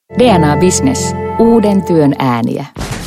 DNA Business. Uuden työn ääniä.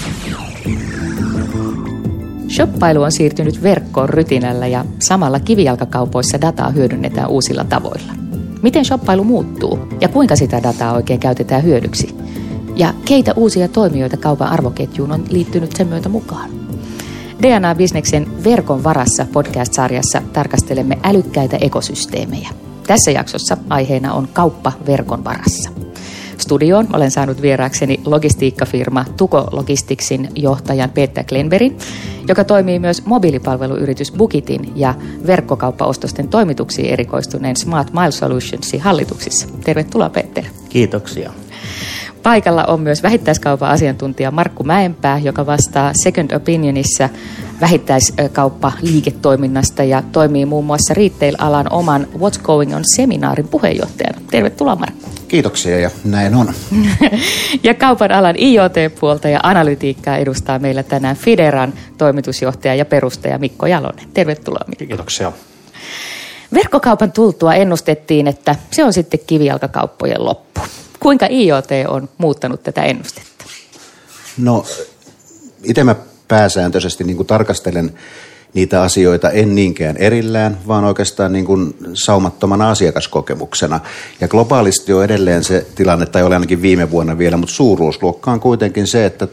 Shoppailu on siirtynyt verkkoon rytinällä ja samalla kivijalkakaupoissa dataa hyödynnetään uusilla tavoilla. Miten shoppailu muuttuu ja kuinka sitä dataa oikein käytetään hyödyksi? Ja keitä uusia toimijoita kaupan arvoketjuun on liittynyt sen myötä mukaan? DNA Businessin Verkon varassa podcast-sarjassa tarkastelemme älykkäitä ekosysteemejä. Tässä jaksossa aiheena on kauppa verkon varassa. Studioon olen saanut vieraakseni logistiikkafirma Tuko Logisticsin johtajan Peter Glenbergin, joka toimii myös mobiilipalveluyritys Bookitin ja verkkokauppaostosten toimituksiin erikoistuneen Smart Mile Solutionsin hallituksissa. Tervetuloa, Peter. Kiitoksia. Paikalla on myös vähittäiskaupan asiantuntija Markku Mäenpää, joka vastaa Second Opinionissa vähittäiskauppa-liiketoiminnasta ja toimii muun muassa retail-alan oman What's Going On -seminaarin puheenjohtajana. Tervetuloa, Markku. Kiitoksia ja näin on. Ja kaupan alan IoT-puolta ja analytiikkaa edustaa meillä tänään Fideran toimitusjohtaja ja perustaja Mikko Jalonen. Tervetuloa, Mikko. Kiitoksia. Verkkokaupan tultua ennustettiin, että se on sitten kivijalkakauppojen loppu. Kuinka IoT on muuttanut tätä ennustetta? No, itse mä pääsääntöisesti niin kuin tarkastelen niitä asioita en niinkään erillään, vaan oikeastaan niin kuin saumattomana asiakaskokemuksena. Ja globaalisti on edelleen se tilanne, tai oli ainakin viime vuonna vielä, mutta suuruusluokka on kuitenkin se, että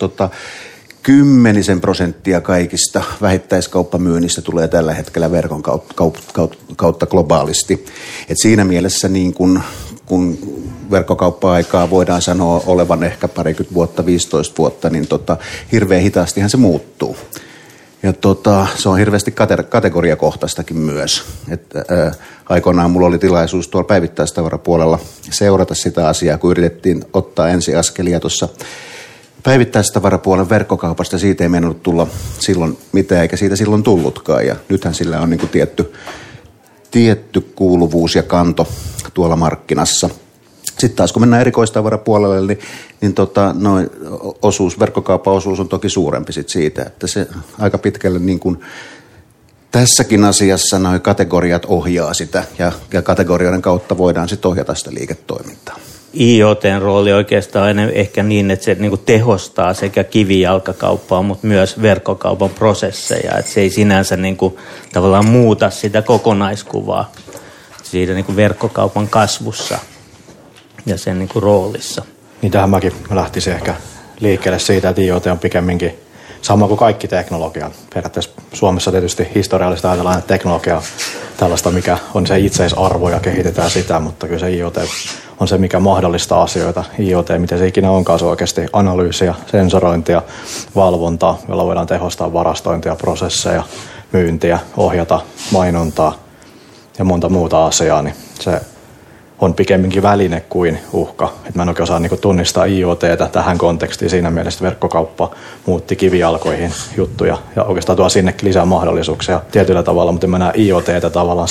10% kaikista vähittäiskauppamyynnistä tulee tällä hetkellä verkon kautta globaalisti. Et siinä mielessä niin kun verkkokauppa-aikaa voidaan sanoa olevan ehkä 20 vuotta, 15 vuotta, niin hirveän hitaastihan se muuttuu. Ja se on hirveästi kategoriakohtaistakin myös. Aikoinaan mulla oli tilaisuus tuolla päivittäistavarapuolella seurata sitä asiaa, kun yritettiin ottaa ensiaskelia tuossa päivittäistavarapuolen verkkokaupasta. Siitä ei mennyt tulla silloin mitään, eikä siitä silloin tullutkaan. Ja nythän sillä on niin kuin tietty kuuluvuus ja kanto tuolla markkinassa. Sitten taas kun mennään erikoistavarapuolelle, niin verkkokaupan osuus on toki suurempi sit siitä, että se aika pitkälle niin kuin tässäkin asiassa nuo kategoriat ohjaa sitä ja kategorioiden kautta voidaan sitten ohjata sitä liiketoimintaa. IoTn rooli oikeastaan on ehkä niin, että se niin kuin tehostaa sekä kivijalkakauppaa, mutta myös verkkokaupan prosesseja. Että se ei sinänsä niin kuin tavallaan muuta sitä kokonaiskuvaa siitä niin kuin verkkokaupan kasvussa ja sen niin kuin roolissa. Niin tähän mäkin lähtisin ehkä liikkeelle siitä, että IoT on pikemminkin sama kuin kaikki teknologia. Periaatteessa Suomessa tietysti historiallisesti ajatellaan, että teknologia on tällaista, mikä on se itseisarvo ja kehitetään sitä, mutta kyllä se IoT on se, mikä mahdollistaa asioita. IoT, miten se ikinä onkaan, se on oikeasti analyysiä, sensorointia, valvontaa, jolla voidaan tehostaa varastointia, prosesseja, myyntiä, ohjata mainontaa ja monta muuta asiaa, niin se on pikemminkin väline kuin uhka. Et mä en oikein osaa niinku tunnistaa IoT:tä tähän kontekstiin. Siinä mielessä verkkokauppa muutti kivijalkoihin juttuja ja oikeastaan tuo sinnekin lisää mahdollisuuksia tietyllä tavalla, mutta en mä näe IoT:tä tavallaan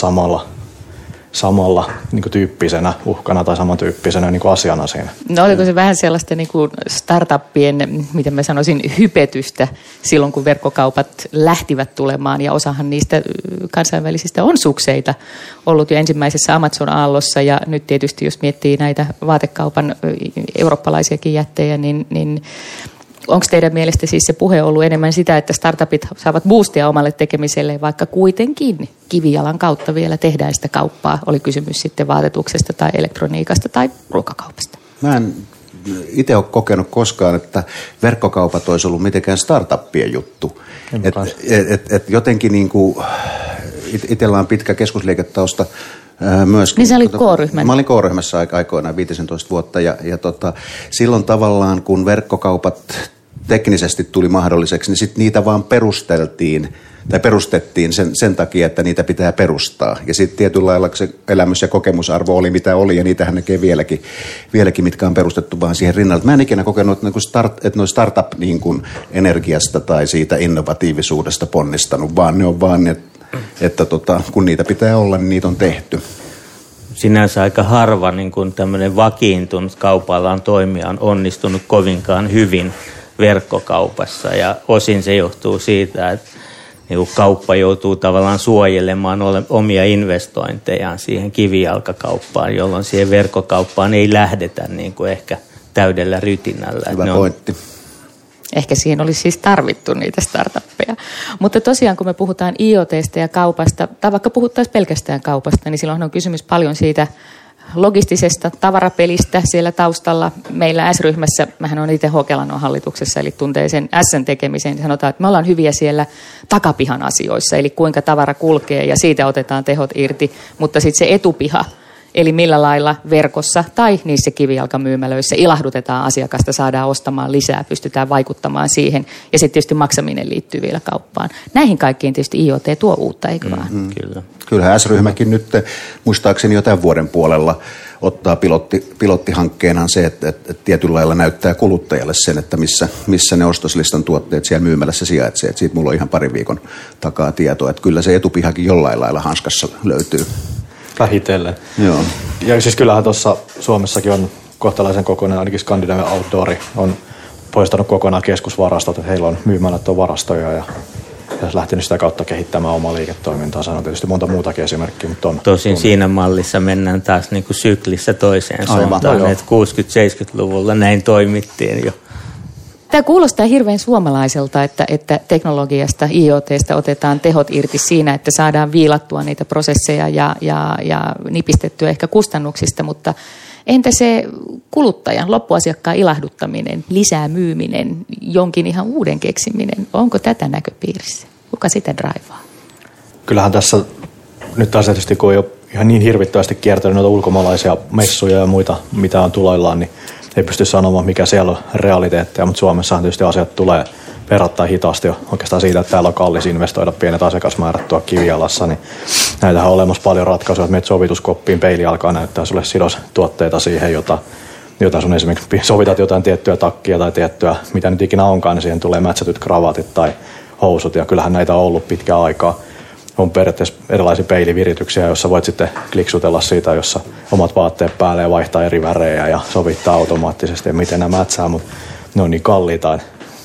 samalla niinku tyyppisenä uhkana tai samantyyppisenä niinku asiana siinä. No oliko se vähän sellaista niinku startuppien, miten mä sanoisin, hypetystä silloin, kun verkkokaupat lähtivät tulemaan ja osahan niistä kansainvälisistä on sukseita ollut jo ensimmäisessä Amazon-aallossa ja nyt tietysti jos miettii näitä vaatekaupan eurooppalaisiakin jättejä, niin onko teidän mielestä siis se puhe ollut enemmän sitä, että startupit saavat boostia omalle tekemiselle, vaikka kuitenkin kivijalan kautta vielä tehdään sitä kauppaa? Oli kysymys sitten vaatetuksesta tai elektroniikasta tai ruokakaupasta. Mä en itse ole kokenut koskaan, että verkkokaupat olisi ollut mitenkään startuppien juttu. Jotenkin niin kuin itsellä on pitkä keskusliiketausta myöskin. Niin sä olit K-ryhmän? Mä olin K-ryhmässä aikoinaan 15 vuotta ja silloin tavallaan kun verkkokaupat teknisesti tuli mahdolliseksi, niin sitten niitä vaan perustettiin sen takia, että niitä pitää perustaa. Ja sitten tietyllä lailla se elämys- ja kokemusarvo oli mitä oli, ja niitähän näkee vieläkin mitkä on perustettu vaan siihen rinnalle. Mä en ikinä kokenut, että noi startup niin kuin energiasta tai siitä innovatiivisuudesta ponnistanut, vaan ne on vaan, että kun niitä pitää olla, niin niitä on tehty. Sinänsä aika harva niin kuin tämmöinen vakiintunut kaupan toimija on onnistunut kovinkaan hyvin verkkokaupassa ja osin se johtuu siitä, että niin kauppa joutuu tavallaan suojelemaan omia investointejaan siihen kivijalkakauppaan, jolloin siihen verkkokauppaan ei lähdetä niin kuin ehkä täydellä rytinällä. Hyvä pointti. Ehkä siihen olisi siis tarvittu niitä startuppeja. Mutta tosiaan, kun me puhutaan IoT:stä ja kaupasta, tai vaikka puhuttaisiin pelkästään kaupasta, niin silloin on kysymys paljon siitä logistisesta tavarapelistä siellä taustalla. Meillä S-ryhmässä, mähän olen itse Hokelannon hallituksessa, eli tuntee sen S:n tekemisen, niin sanotaan, että me ollaan hyviä siellä takapihan asioissa, eli kuinka tavara kulkee ja siitä otetaan tehot irti, mutta sitten se etupiha, eli millä lailla verkossa tai niissä kivijalkamyymälöissä ilahdutetaan asiakasta, saadaan ostamaan lisää, pystytään vaikuttamaan siihen. Ja sitten tietysti maksaminen liittyy vielä kauppaan. Näihin kaikkiin tietysti IoT tuo uutta, eikö vaan? Kyllä. Kyllähän S-ryhmäkin nyt muistaakseni jo tämän vuoden puolella ottaa pilottihankkeenaan se, että tietyllä lailla näyttää kuluttajalle sen, että missä ne ostoslistan tuotteet siellä myymälässä sijaitsee. Siitä mulla on ihan parin viikon takaa tietoa, että kyllä se etupihakin jollain lailla hanskassa löytyy. Vähitellen. Joo. Ja siis kyllähän tuossa Suomessakin on kohtalaisen kokoinen, ainakin Scandinavian Outdoor on poistanut kokonaan keskusvarastot, että heillä on myymälät on varastoja ja lähtenyt sitä kautta kehittämään omaa liiketoimintaa. Se on tietysti monta muutakin esimerkkiä, mutta on. Tosin siinä mallissa mennään taas niin kuin syklissä toiseen suuntaan, että 60-70-luvulla näin toimittiin jo. Tämä kuulostaa hirveän suomalaiselta, että teknologiasta, IoT:stä otetaan tehot irti siinä, että saadaan viilattua niitä prosesseja ja nipistettyä ehkä kustannuksista, mutta entä se kuluttajan, loppuasiakkaan ilahduttaminen, lisää myyminen, jonkin ihan uuden keksiminen, onko tätä näköpiirissä? Kuka sitä draivaa? Kyllähän tässä nyt taas tietysti, kun ei ole ihan niin hirvittävästi kiertänyt noita ulkomaalaisia messuja ja muita, mitä on tuloillaan, niin ei pysty sanomaan, mikä siellä on realiteettia, mutta Suomessahan tietysti asiat tulee verrattain hitaasti jo oikeastaan siitä, että täällä on kallis investoida pienet asiakasmäärät tuolla kivijalassa, niin näitähän on olemassa paljon ratkaisuja, että menet sovituskoppiin, peili alkaa näyttää sulle sidostuotteita siihen, jota sun esimerkiksi sovitat jotain tiettyä takkia tai tiettyä, mitä nyt ikinä onkaan, niin siihen tulee mätsätyt kravatit tai housut, ja kyllähän näitä on ollut pitkään aikaa. On periaatteessa erilaisia peilivirityksiä, joissa voit sitten kliksutella siitä, jossa omat vaatteet päälle ja vaihtaa eri värejä ja sovittaa automaattisesti ja miten nämä mätsää, mutta ne on niin kalliita.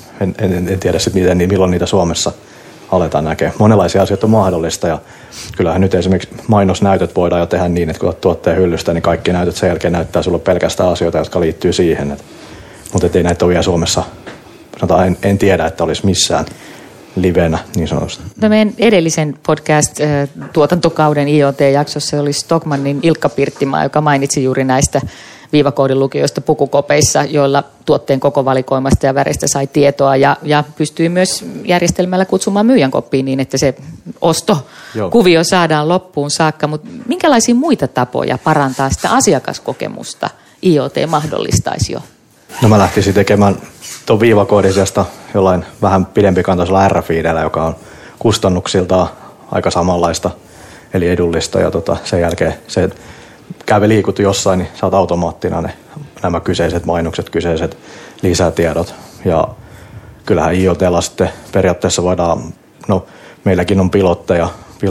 En tiedä sitten milloin niitä Suomessa aletaan näkemään. Monenlaisia asioita on mahdollista ja kyllähän nyt esimerkiksi mainosnäytöt voidaan jo tehdä niin, että kun olet tuotteen hyllystä, niin kaikki näytöt sen jälkeen näyttää sulle pelkästään asioita, jotka liittyy siihen. Mutta ei näitä ole vielä Suomessa, sanotaan en tiedä, että olisi missään livenä, niin sanotusti. Meidän edellisen podcast-tuotantokauden IoT-jaksossa oli Stockmannin Ilkka Pirttimaa, joka mainitsi juuri näistä viivakoodilukijoista pukukopeissa, joilla tuotteen koko valikoimasta ja väreistä sai tietoa ja pystyi myös järjestelmällä kutsumaan myyjän koppiin niin, että se ostokuvio saadaan loppuun saakka. Mutta minkälaisia muita tapoja parantaa sitä asiakaskokemusta IoT mahdollistaisi jo? No mä lähtisin tekemään tuon viivakoodisesta jollain vähän pidempikantaisella RFID:llä, joka on kustannuksiltaan aika samanlaista, eli edullista. Ja sen jälkeen se käy liikut jossain, niin saat automaattina nämä kyseiset mainokset, kyseiset lisätiedot. Ja kyllähän IoT:lla sitten periaatteessa voidaan, no meilläkin on pilotteja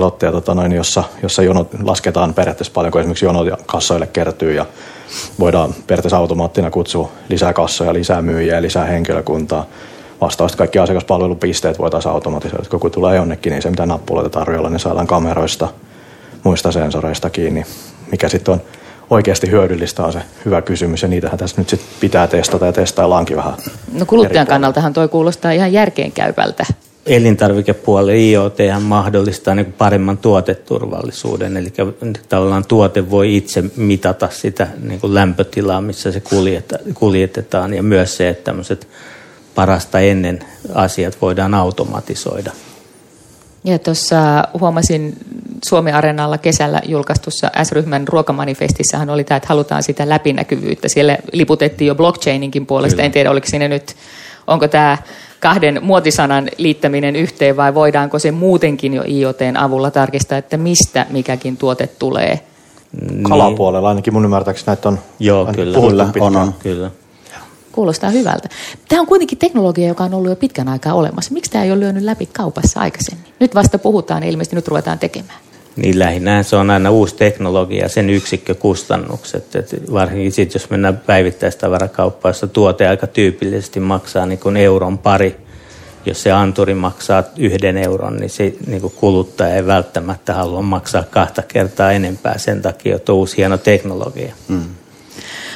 jossa jonot lasketaan periaatteessa paljonko esimerkiksi jonot kassoille kertyy ja voidaan periaatteessa automaattina kutsua lisää kassoja, lisää myyjiä ja lisää henkilökuntaa. Vastaavasti kaikki asiakaspalvelupisteet voitaisiin automatisoida. Kun tulee jonnekin, niin se mitä nappuloita tarjolla, niin saadaan kameroista, muista sensoreista kiinni. Mikä sitten on oikeasti hyödyllistä, on se hyvä kysymys ja niitähän tässä nyt sitten pitää testata ja testaillaankin vähän. No kuluttajan kannaltahan toi kuulostaa ihan järkeenkäyvältä. Elintarvikepuolella IoT mahdollistaa niin kuin paremman tuoteturvallisuuden, eli tavallaan tuote voi itse mitata sitä niin kuin lämpötilaa, missä se kuljetetaan, ja myös se, että tämmöiset parasta ennen asiat voidaan automatisoida. Ja tuossa huomasin Suomi-areenalla kesällä julkaistussa S-ryhmän ruokamanifestissahan oli tämä, että halutaan sitä läpinäkyvyyttä. Siellä liputettiin jo blockchaininkin puolesta. Kyllä. En tiedä, oliko siinä nyt, onko tämä kahden muotisanan liittäminen yhteen vai voidaanko se muutenkin jo IoT:n avulla tarkistaa, että mistä mikäkin tuote tulee? Niin. Kalapuolella ainakin mun ymmärtääkseni näitä on puhuttu pitkään. Kyllä. Kuulostaa hyvältä. Tämä on kuitenkin teknologia, joka on ollut jo pitkän aikaa olemassa. Miksi tämä ei ole lyönyt läpi kaupassa aikaisemmin? Nyt vasta puhutaan ja ilmeisesti nyt ruvetaan tekemään. Niin lähinnä se on aina uusi teknologia, sen yksikkökustannukset. Et varsinkin sitten, jos mennään päivittäistavarakauppaan, jossa tuote aika tyypillisesti maksaa niin kuin euron pari. Jos se anturi maksaa 1 euron, niin se niin kuin kuluttaja ei välttämättä halua maksaa 2 kertaa enempää sen takia, että on uusi hieno teknologia.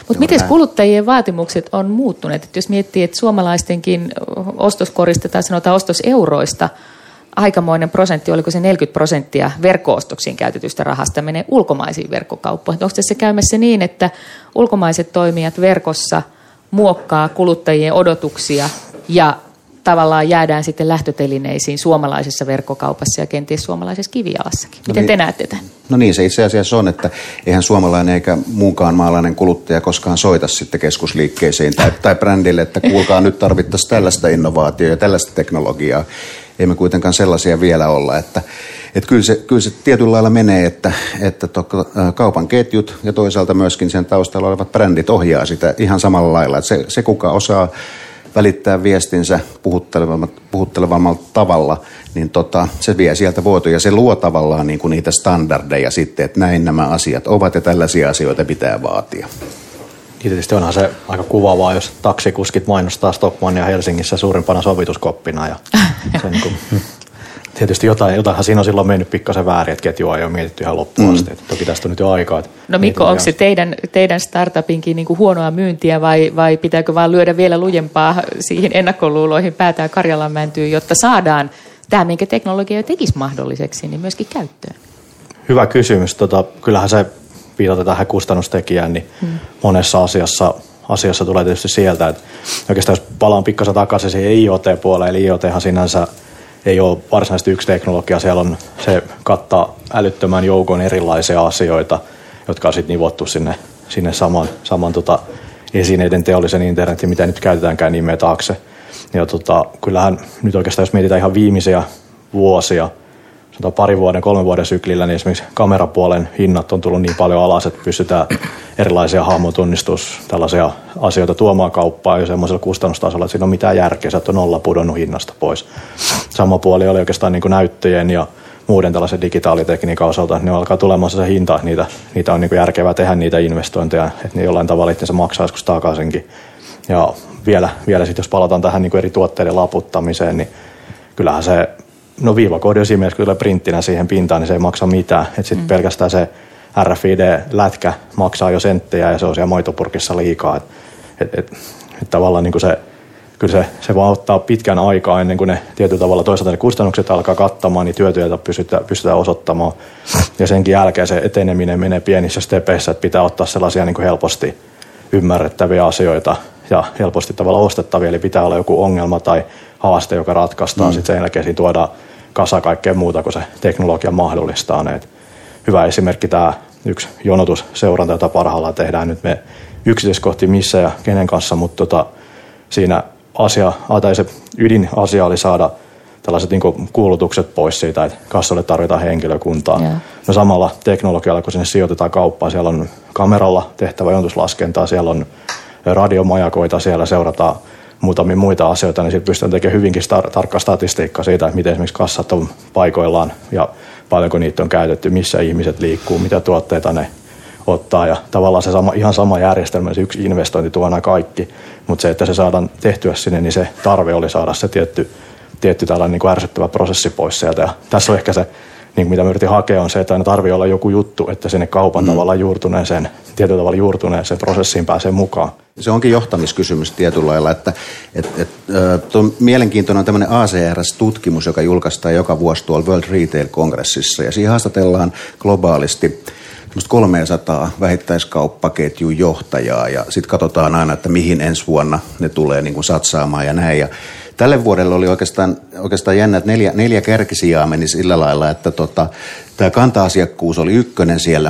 Mutta miten kuluttajien vaatimukset on muuttuneet? Et jos miettii, että suomalaistenkin ostoskorista tai sanotaan ostoseuroista aikamoinen prosentti, oliko se 40% verkko-ostoksiin käytetystä rahasta menee ulkomaisiin verkkokauppoihin. Onko tässä käymässä niin, että ulkomaiset toimijat verkossa muokkaa kuluttajien odotuksia ja tavallaan jäädään sitten lähtötelineisiin suomalaisessa verkkokaupassa ja kenties suomalaisessa kivijalassakin? Miten te näette tämän? No niin, se itse asiassa on, että eihän suomalainen eikä muunkaan maalainen kuluttaja koskaan soita sitten keskusliikkeisiin tai brändille, että kuulkaa, nyt tarvittaisiin tällaista innovaatiota ja tällaista teknologiaa. Ei me kuitenkaan sellaisia vielä olla, että kyllä se tietyllä lailla menee, että kaupan ketjut ja toisaalta myöskin sen taustalla olevat brändit ohjaa sitä ihan samalla lailla. Että se kuka osaa välittää viestinsä puhuttelevammalla tavalla, niin se vie sieltä vuotoja ja se luo tavallaan niin kuin niitä standardeja sitten, että näin nämä asiat ovat ja tällaisia asioita pitää vaatia. Tietysti onhan se aika kuvaavaa, jos taksikuskit mainostaa Stockmannia Helsingissä suurimpana sovituskoppina. Ja se niin kuin, tietysti jotainhan siinä on silloin mennyt pikkasen väärin, että ketjua ei ole mietitty ihan loppuun asti. Toki tästä on nyt jo aikaa. No Mikko, onko se teidän startupinkin niin kuin huonoa myyntiä vai pitääkö vaan lyödä vielä lujempaa siihen ennakkoluuloihin päätään Karjalan mäntyyn, jotta saadaan tämä, minkä teknologia tekisi mahdolliseksi, niin myöskin käyttöön? Hyvä kysymys. Kyllähän se viitata tähän kustannustekijään, niin monessa asiassa tulee tietysti sieltä, että oikeastaan jos palaan pikkasen takaisin siihen IoT-puoleen, eli IoThan sinänsä ei ole varsinaisesti yksi teknologia, se kattaa älyttömän joukon erilaisia asioita, jotka on sitten nivottu sinne saman esineiden teollisen internetin, mitä nyt käytetäänkään nimeä taakse. Ja kyllähän nyt oikeastaan, jos mietitään ihan viimeisiä vuosia, 3 vuoden syklillä, niin esimerkiksi kamerapuolen hinnat on tullut niin paljon alas, että pystytään erilaisia hahmotunnistus, tällaisia asioita tuomaan kauppaan jo semmoisella kustannustasolla, että siinä on mitään järkeä, että on nolla pudonnut hinnasta pois. Sama puoli oli oikeastaan niin kuin näyttöjen ja muuden tällaisen digitaalitekniikan osalta, että ne alkaa tulemaan se hinta, että niitä on niin kuin järkevää tehdä niitä investointeja, että ne jollain tavalla itse maksaa joskus takaisinkin. Ja vielä sitten, jos palataan tähän niin kuin eri tuotteiden laputtamiseen, niin kyllähän se viivakoodi esimerkiksi, kun tulee printtinä siihen pintaan, niin se ei maksa mitään. Että sitten pelkästään se RFID-lätkä maksaa jo senttejä ja se on siellä maitopurkissa liikaa. Et tavallaan niin kuin kyllä se vaan ottaa pitkän aikaa ennen kuin ne tietyllä tavalla toisaalta ne kustannukset alkaa kattamaan, niin työtä pystytään osoittamaan. Ja senkin jälkeen se eteneminen menee pienissä stepeissä, että pitää ottaa sellaisia niin kuin helposti ymmärrettäviä asioita ja helposti tavalla ostettavia, eli pitää olla joku ongelma tai haaste, joka ratkaistaan. Sitten sen jälkeen siinä tuodaan kasa kaikkea muuta, kun se teknologia mahdollistaa ne. Hyvä esimerkki tämä yksi jonotusseuranta, jota parhaillaan tehdään nyt me yksityiskohti missä ja kenen kanssa, mutta siinä se ydinasia oli saada tällaiset niin kuin kuulutukset pois siitä, että kassalle tarvitaan henkilökuntaa. Yeah. No samalla teknologialla, kun sinne sijoitetaan kauppaan, siellä on kameralla tehtävä jonotuslaskentaa, siellä on radiomajakoita, siellä seurataan muutamia muita asioita, niin sitten pystytään tekemään hyvinkin tarkkaa statistiikkaa siitä, että miten esimerkiksi kassat on paikoillaan ja paljonko niitä on käytetty, missä ihmiset liikkuu, mitä tuotteita ne ottaa. Ja tavallaan se ihan sama järjestelmä, se yksi investointi tuo nämä kaikki, mutta se, että se saadaan tehtyä sinne, niin se tarve oli saada se tietty tällainen niin kuin ärsyttävä prosessi pois sieltä. Ja tässä on ehkä se, niin kuin mitä me yritin hakea, on se, että aina tarvii olla joku juttu, että sinne kaupan tavallaan tietyllä tavalla juurtuneeseen prosessiin pääsee mukaan. Se onkin johtamiskysymys tietyllä lailla, että mielenkiintoinen on tämmöinen ACRS-tutkimus, joka julkaistaan joka vuosi tuolla World Retail-kongressissa, ja siinä haastatellaan globaalisti 300 vähittäiskauppaketjun johtajaa, ja sitten katsotaan aina, että mihin ensi vuonna ne tulee niin kuin satsaamaan ja näin. Ja tälle vuodelle oli oikeastaan jännä, että neljä kärkisijaa meni sillä lailla, että tämä kanta-asiakkuus oli ykkönen siellä,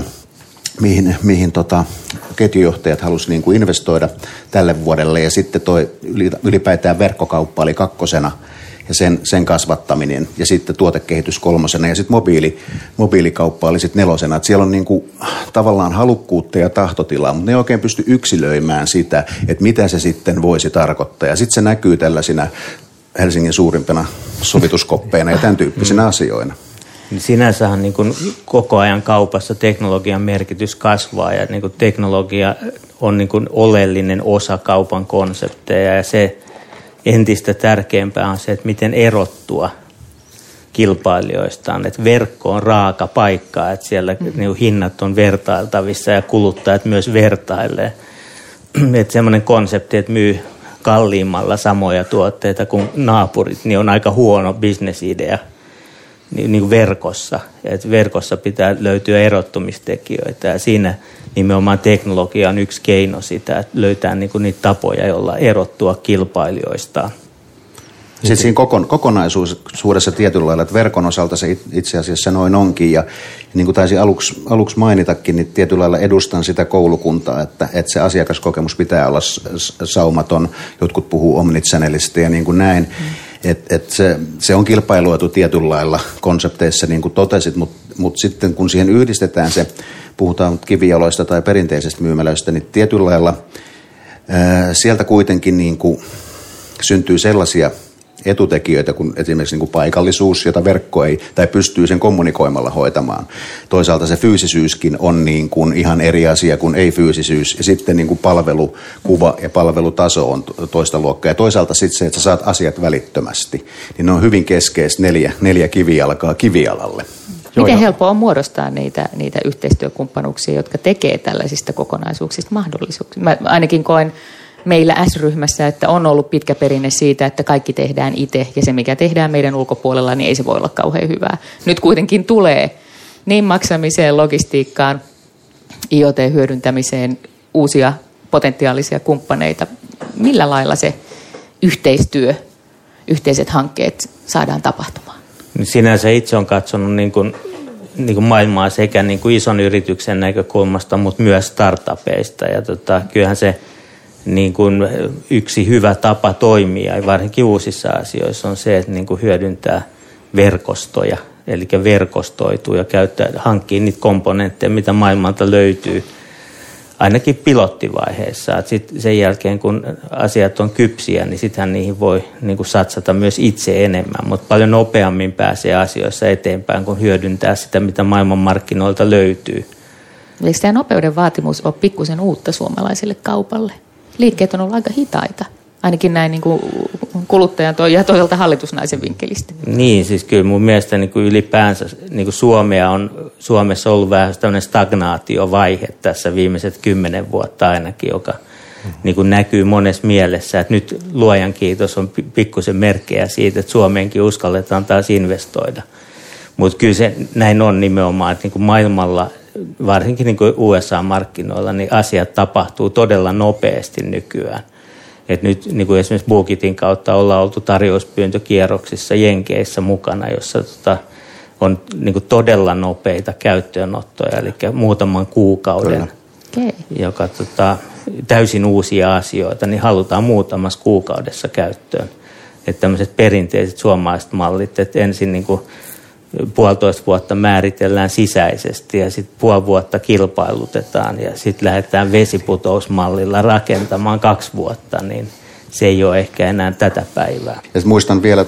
mihin ketjujohtajat halusivat niin kuin investoida tälle vuodelle, ja sitten toi ylipäätään verkkokauppa oli kakkosena, ja sen kasvattaminen, ja sitten tuotekehitys kolmosena, ja sitten mobiilikauppa oli sitten nelosena. Että siellä on niinku tavallaan halukkuutta ja tahtotilaa, mutta ne ei oikein pysty yksilöimään sitä, että mitä se sitten voisi tarkoittaa. Ja sitten se näkyy tällaisina Helsingin suurimpana sovituskoppeina ja tämän tyyppisinä asioina. Sinänsähän niin kuin koko ajan kaupassa teknologian merkitys kasvaa, ja niin kuin teknologia on niin kuin oleellinen osa kaupan konsepteja, ja se entistä tärkeämpää on se, että miten erottua kilpailijoistaan. Että verkko on raaka paikka, että siellä hinnat on vertailtavissa ja kuluttajat myös vertailee. että semmoinen konsepti, että myy kalliimmalla samoja tuotteita kuin naapurit, niin on aika huono bisnesidea niin kuin verkossa. Et verkossa pitää löytyä erottumistekijöitä ja siinä nimenomaan teknologia on yksi keino sitä, että löytää niin kuin niitä tapoja, joilla erottua kilpailijoistaan. Sitten siinä kokonaisuudessa tietyllä lailla, että verkon osalta se itse asiassa noin onkin. Ja niin kuin taisin aluksi mainitakin, niin tietyllä lailla edustan sitä koulukuntaa, että se asiakaskokemus pitää olla saumaton. Jotkut puhuu omnichannelista ja niin kuin näin. Se on kilpailuetu tietyllä lailla konsepteissa, niin kuin totesit, mutta sitten kun siihen yhdistetään se, puhutaan kivijaloista tai perinteisestä myymälöistä, niin tietyllä lailla sieltä kuitenkin niin kuin syntyy sellaisia etutekijöitä, kun esimerkiksi niin kuin paikallisuus, jota verkko ei, tai pystyy sen kommunikoimalla hoitamaan. Toisaalta se fyysisyyskin on niin kuin ihan eri asia kuin ei-fyysisyys, ja sitten niin kuin palvelukuva ja palvelutaso on toista luokkaa. Ja toisaalta sitten se, että sä saat asiat välittömästi, niin ne on hyvin keskeiset neljä kivijalkaa kivialalle. Miten helppoa on muodostaa niitä yhteistyökumppanuuksia, jotka tekee tällaisista kokonaisuuksista mahdollisuuksia? Mä ainakin koen meillä S-ryhmässä, että on ollut pitkä perinne siitä, että kaikki tehdään itse ja se, mikä tehdään meidän ulkopuolella, niin ei se voi olla kauhean hyvää. Nyt kuitenkin tulee niin maksamiseen, logistiikkaan, IoT-hyödyntämiseen uusia potentiaalisia kumppaneita. Millä lailla se yhteistyö, yhteiset hankkeet saadaan tapahtumaan? Sinänsä itse on katsonut niin kuin maailmaa sekä niin kuin ison yrityksen näkökulmasta, mutta myös startupeista. Ja kyllähän se niin kuin yksi hyvä tapa toimia, varsinkin uusissa asioissa, on se, että niin kuin hyödyntää verkostoja, eli verkostoituu ja hankkii niitä komponentteja, mitä maailmalta löytyy, ainakin pilottivaiheessa. Sitten sen jälkeen, kun asiat on kypsiä, niin sittenhän niihin voi niin kuin satsata myös itse enemmän, mutta paljon nopeammin pääsee asioissa eteenpäin, kun hyödyntää sitä, mitä maailmanmarkkinoilta löytyy. Eikö tämä nopeuden vaatimus ole pikkusen uutta suomalaiselle kaupalle? Liikkeet on ollut aika hitaita, ainakin näin niin kuin kuluttajan ja toisaalta hallitusnaisen vinkkelistä. Niin, siis kyllä mun mielestä niin kuin ylipäänsä niin kuin Suomessa on ollut vähän tämmöinen stagnaatiovaihe tässä viimeiset 10 vuotta ainakin, joka niin kuin näkyy monessa mielessä. Että nyt luojan kiitos on pikkusen merkkejä siitä, että Suomeenkin uskalletaan taas investoida. Mutta kyllä se näin on nimenomaan, että niin kuin maailmalla, varsinkin niin kuin USA-markkinoilla, niin asiat tapahtuu todella nopeasti nykyään. Et nyt niin kuin esimerkiksi Bookitin kautta ollaan oltu tarjouspyyntökierroksissa Jenkeissä mukana, jossa on niin kuin todella nopeita käyttöönottoja, eli muutaman kuukauden, joka täysin uusia asioita, niin halutaan muutamassa kuukaudessa käyttöön. Että tämmöiset perinteiset suomalaiset mallit, että ensin niin kuin 1,5 vuotta määritellään sisäisesti ja sitten 0,5 vuotta kilpailutetaan ja sitten lähdetään vesiputousmallilla rakentamaan 2 vuotta, niin se ei ole ehkä enää tätä päivää. Ja muistan vielä,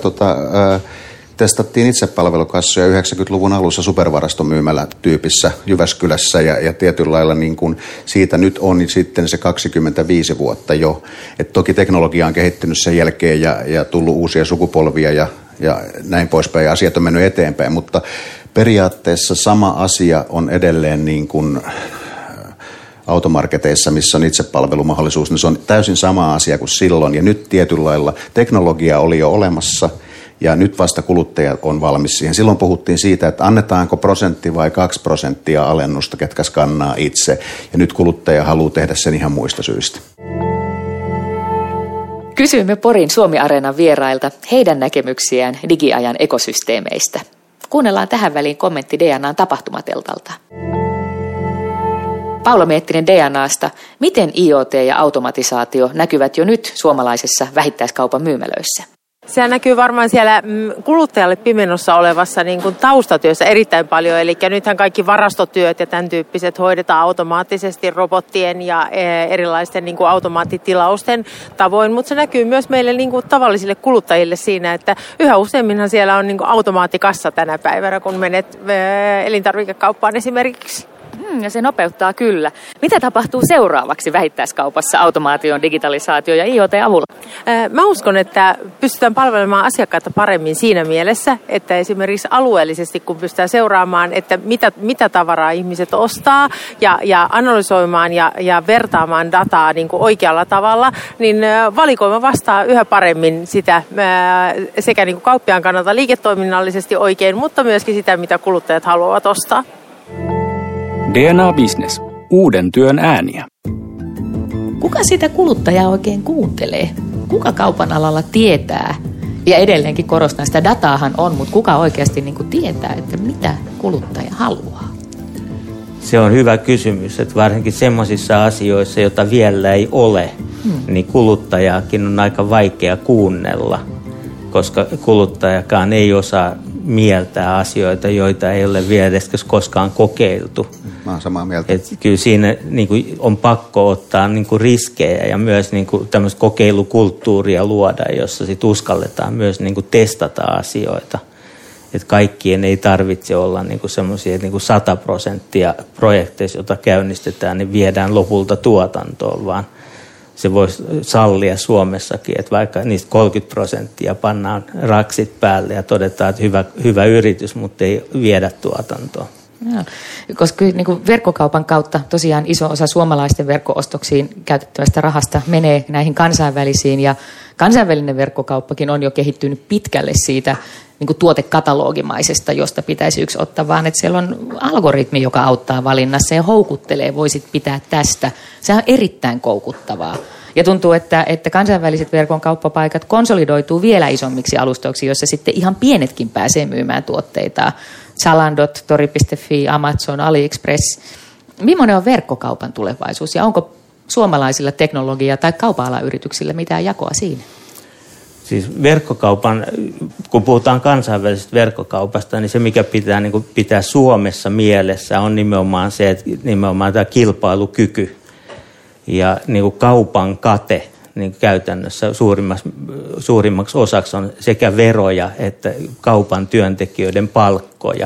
testattiin itsepalvelukassoja 90-luvun alussa supervarastomyymälä tyypissä Jyväskylässä ja tietyllä lailla niin kuin siitä nyt on sitten se 25 vuotta jo. Et toki teknologia on kehittynyt sen jälkeen ja tullut uusia sukupolvia ja näin poispäin ja asiat on mennyt eteenpäin, mutta periaatteessa sama asia on edelleen niin kuin automarketeissa, missä on itsepalvelumahdollisuus, niin se on täysin sama asia kuin silloin ja nyt tietyllä lailla teknologia oli jo olemassa ja nyt vasta kuluttaja on valmis siihen. Silloin puhuttiin siitä, että annetaanko 1% vai 2% alennusta, ketkä skannaa itse ja nyt kuluttaja haluaa tehdä sen ihan muista syistä. Kysyimme Porin Suomi-areenan vierailta heidän näkemyksiään digiajan ekosysteemeistä. Kuunnellaan tähän väliin kommentti DNAn tapahtumateltalta. Paula Miettinen DNAsta. Miten IoT ja automatisaatio näkyvät jo nyt suomalaisessa vähittäiskaupan myymälöissä? Se näkyy varmaan siellä kuluttajalle pimennossa olevassa niin kuin taustatyössä erittäin paljon. Eli nythän kaikki varastotyöt ja tämän tyyppiset hoidetaan automaattisesti robottien ja erilaisten niin kuin automaattitilausten tavoin. Mutta se näkyy myös meille niin kuin tavallisille kuluttajille siinä, että yhä useamminhan siellä on niin kuin automaattikassa tänä päivänä, kun menet elintarvikekauppaan esimerkiksi. Ja se nopeuttaa kyllä. Mitä tapahtuu seuraavaksi vähittäiskaupassa automaation, digitalisaatio ja IoT-avulla? Mä uskon, että pystytään palvelemaan asiakkaita paremmin siinä mielessä, että esimerkiksi alueellisesti, kun pystytään seuraamaan, että mitä tavaraa ihmiset ostaa ja analysoimaan ja vertaamaan dataa niin kuin oikealla tavalla, niin valikoima vastaa yhä paremmin sitä sekä niin kuin kauppiaan kannalta liiketoiminnallisesti oikein, mutta myöskin sitä, mitä kuluttajat haluavat ostaa. DNA Business. Uuden työn ääniä. Kuka sitä kuluttajaa oikein kuuntelee? Kuka kaupan alalla tietää? Ja edelleenkin korostan, sitä dataahan on, mutta kuka oikeasti niin kuin tietää, että mitä kuluttaja haluaa? Se on hyvä kysymys, että varsinkin semmoisissa asioissa, joita vielä ei ole, niin kuluttajaakin on aika vaikea kuunnella, koska kuluttajakaan ei osaa mieltää asioita, joita ei ole vielä edes koskaan kokeiltu. Mä oon samaa mieltä. Et kyllä siinä niin kuin, on pakko ottaa niin kuin, riskejä ja myös niin kuin, tämmöistä kokeilukulttuuria luoda, jossa sit uskalletaan myös niin kuin, testata asioita. Et kaikkien ei tarvitse olla niin kuin semmoisia niin kuin 100% projekteissa, joita käynnistetään, niin viedään lopulta tuotantoon, vaan se voisi sallia Suomessakin, että vaikka niistä 30% pannaan raksit päälle ja todetaan, että hyvä yritys, mutta ei viedä tuotantoon. Joo, koska niin kuin verkkokaupan kautta tosiaan iso osa suomalaisten verkko-ostoksiin käytettävästä rahasta menee näihin kansainvälisiin, ja kansainvälinen verkkokauppakin on jo kehittynyt pitkälle siitä niin kuin tuotekatalogimaisesta, josta pitäisi yksi ottaa, vaan että siellä on algoritmi, joka auttaa valinnassa ja houkuttelee, voisit pitää tästä. Se on erittäin koukuttavaa. Ja tuntuu, että kansainväliset verkon kauppapaikat konsolidoituu vielä isommiksi alustoiksi, joissa sitten ihan pienetkin pääsee myymään tuotteita. Zalandot, Tori.fi, Amazon, AliExpress. Millainen on verkkokaupan tulevaisuus ja onko suomalaisilla teknologia- tai kaupan-alan yrityksillä mitään jakoa siinä? Siis verkkokaupan, kun puhutaan kansainvälisestä verkkokaupasta, niin se mikä pitää, niin kuin pitää Suomessa mielessä on nimenomaan se, että nimenomaan tämä kilpailukyky ja niin kuin kaupan kate niin käytännössä suurimmaksi osaksi on sekä veroja että kaupan työntekijöiden palkkoja.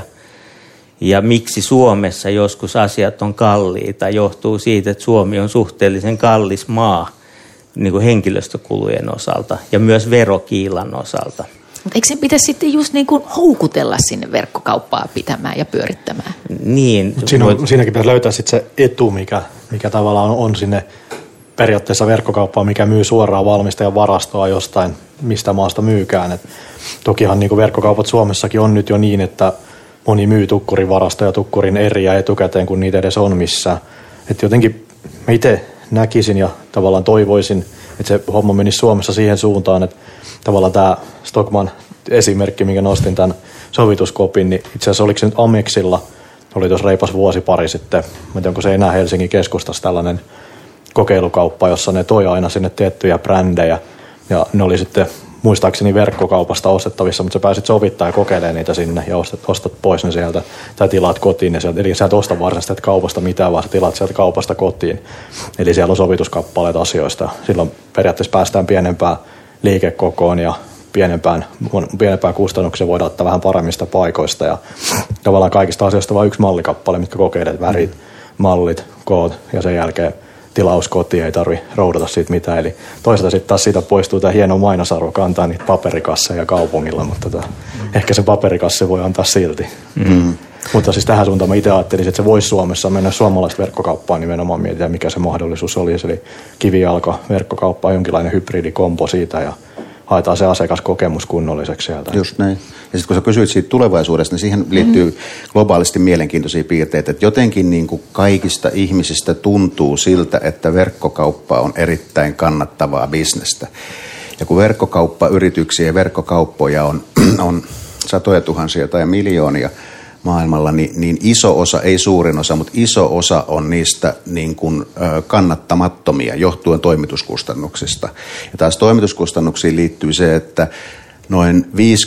Ja miksi Suomessa joskus asiat on kalliita, johtuu siitä, että Suomi on suhteellisen kallis maa niin kuin henkilöstökulujen osalta ja myös verokiilan osalta. Mutta eikö sen pitäisi sitten just niin kuin houkutella sinne verkkokauppaa pitämään ja pyörittämään? Niin. Siinäkin pitäisi löytää sitten se etu, mikä tavallaan on sinne periaatteessa verkkokauppaa, mikä myy suoraan valmistajan varastoa jostain, mistä maasta myykään. Et tokihan niin kuin verkkokaupat Suomessakin on nyt jo niin, että moni myy tukkurin varastoja, tukkurin eriä etukäteen, kun niitä edes on missään. Et jotenkin mä itse näkisin ja tavallaan toivoisin, että se homma menisi Suomessa siihen suuntaan, että tavallaan tämä Stockmann esimerkki, minkä nostin tämän sovituskopin, niin itse asiassa oliko se nyt Amexilla, oli tuossa reipas vuosi pari sitten, mä en tiedä, onko se enää Helsingin keskustassa tällainen kokeilukauppa, jossa ne toi aina sinne tiettyjä brändejä ja ne oli sitten muistaakseni verkkokaupasta ostettavissa, mutta sä pääsit sovittaa ja kokeilemaan niitä sinne ja ostat pois ne sieltä tai tilaat kotiin. Eli sä et osta varsinaisesti kaupasta mitään, vaan sä tilaat sieltä kaupasta kotiin. Eli siellä on sovituskappaleet asioista. Silloin periaatteessa päästään pienempään liikekokoon ja pienempään kustannuksia voidaan ottaa vähän paremmista paikoista. Ja tavallaan kaikista asioista vain yksi mallikappale, mitkä kokeilet, värit, mallit, koot ja sen jälkeen tilaus kotiin, ei tarvitse roudata siitä mitään. Eli toisaalta sitten taas siitä poistuu tämä hieno mainosarvo, kantaa niitä paperikasseja kaupungilla, mutta ehkä se paperikasse voi antaa silti. Mm-hmm. Mutta siis tähän suuntaan mä itse ajattelin, että se voisi Suomessa mennä suomalaista verkkokauppaan nimenomaan mietitään, mikä se mahdollisuus olisi. Eli kivijalka verkkokauppaa, jonkinlainen hybridikompo siitä ja haetaan se asiakaskokemus kunnolliseksi sieltä. Just näin. Ja sitten kun sä kysyit siitä tulevaisuudesta, niin siihen liittyy globaalisti mielenkiintoisia piirteitä, että jotenkin niin kuin kaikista ihmisistä tuntuu siltä, että verkkokauppa on erittäin kannattavaa bisnestä. Ja kun verkkokauppayrityksiä ja verkkokauppoja on satoja tuhansia tai miljoonia maailmalla, niin iso osa, ei suurin osa, mutta iso osa on niistä niin kuin kannattamattomia johtuen toimituskustannuksista. Ja taas toimituskustannuksiin liittyy se, että noin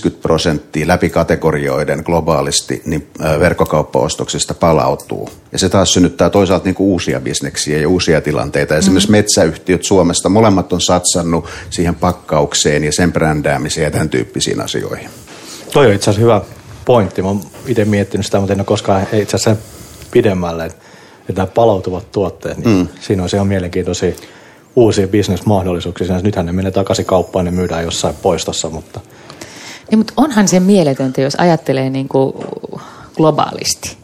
50% läpi kategorioiden globaalisti niin verkkokauppaostoksista palautuu. Ja se taas synnyttää toisaalta niin kuin uusia bisneksiä ja uusia tilanteita. Esimerkiksi metsäyhtiöt Suomesta, molemmat on satsannut siihen pakkaukseen ja sen brändäämiseen ja tämän tyyppisiin asioihin. Toi on itse asiassa hyvä pointti. Mä oon itse miettinyt sitä, mutta en ole koskaan itse asiassa pidemmälle. nämä palautuvat tuotteet, niin siinä on ihan mielenkiintoisia uusia bisnesmahdollisuuksia. Nythän ne menee takaisin kauppaan, ne myydään jossain poistossa, mutta... Niin, mutta onhan se mieletöntä, jos ajattelee niin kuin globaalisti.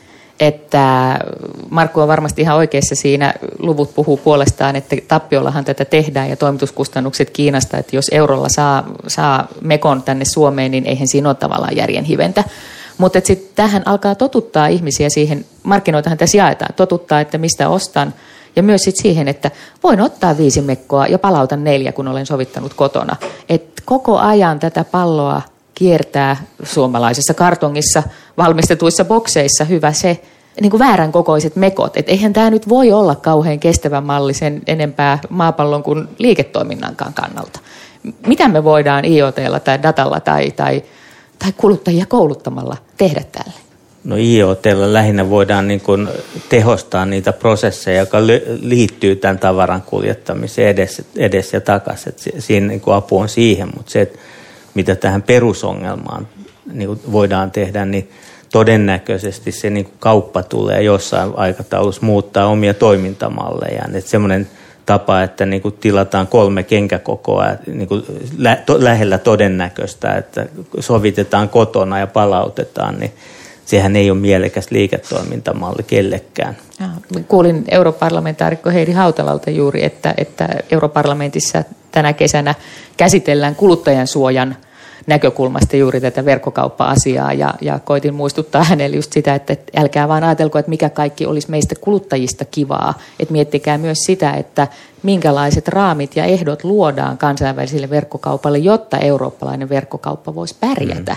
Että Markku on varmasti ihan oikeassa siinä, luvut puhuu puolestaan, että tappiollahan tätä tehdään ja toimituskustannukset Kiinasta, että jos eurolla saa mekon tänne Suomeen, niin eihän siinä ole tavallaan järjen hiventä. Mutta sitten tähän alkaa totuttaa ihmisiä siihen, markkinoitahan tässä jaetaan, totuttaa, että mistä ostan. Ja myös sit siihen, että voin ottaa 5 mekkoa ja palautan 4, kun olen sovittanut kotona. Et koko ajan tätä palloa kiertää suomalaisessa kartongissa valmistetuissa bokseissa hyvä se niin kuin väärän kokoiset mekot. Et eihän tämä nyt voi olla kauhean kestävä malli sen enempää maapallon kuin liiketoiminnankaan kannalta. Mitä me voidaan IoT:lla tai datalla tai kuluttajia kouluttamalla tehdä tälle? No IoT:llä lähinnä voidaan niin kuin tehostaa niitä prosesseja, joka liittyy tämän tavaran kuljettamiseen edes ja takaisin. Siinä niin kuin apu on siihen, mutta se, että mitä tähän perusongelmaan niin kuin voidaan tehdä, niin todennäköisesti se niin kuin kauppa tulee jossain aikataulussa muuttaa omia toimintamallejaan. Että semmoinen tapa, että niin kuin tilataan 3 kenkäkokoa niin kuin lähellä todennäköistä, että sovitetaan kotona ja palautetaan, niin sehän ei ole mielekäs liiketoimintamalli kellekään. Kuulin europarlamentaarikko Heidi Hautalalta juuri, että europarlamentissa tänä kesänä käsitellään kuluttajan suojan näkökulmasta juuri tätä verkkokauppa-asiaa ja koitin muistuttaa hänelle just sitä, että älkää vaan ajatelko, että mikä kaikki olisi meistä kuluttajista kivaa. Että miettikää myös sitä, että minkälaiset raamit ja ehdot luodaan kansainväliselle verkkokaupalle, jotta eurooppalainen verkkokauppa voisi pärjätä.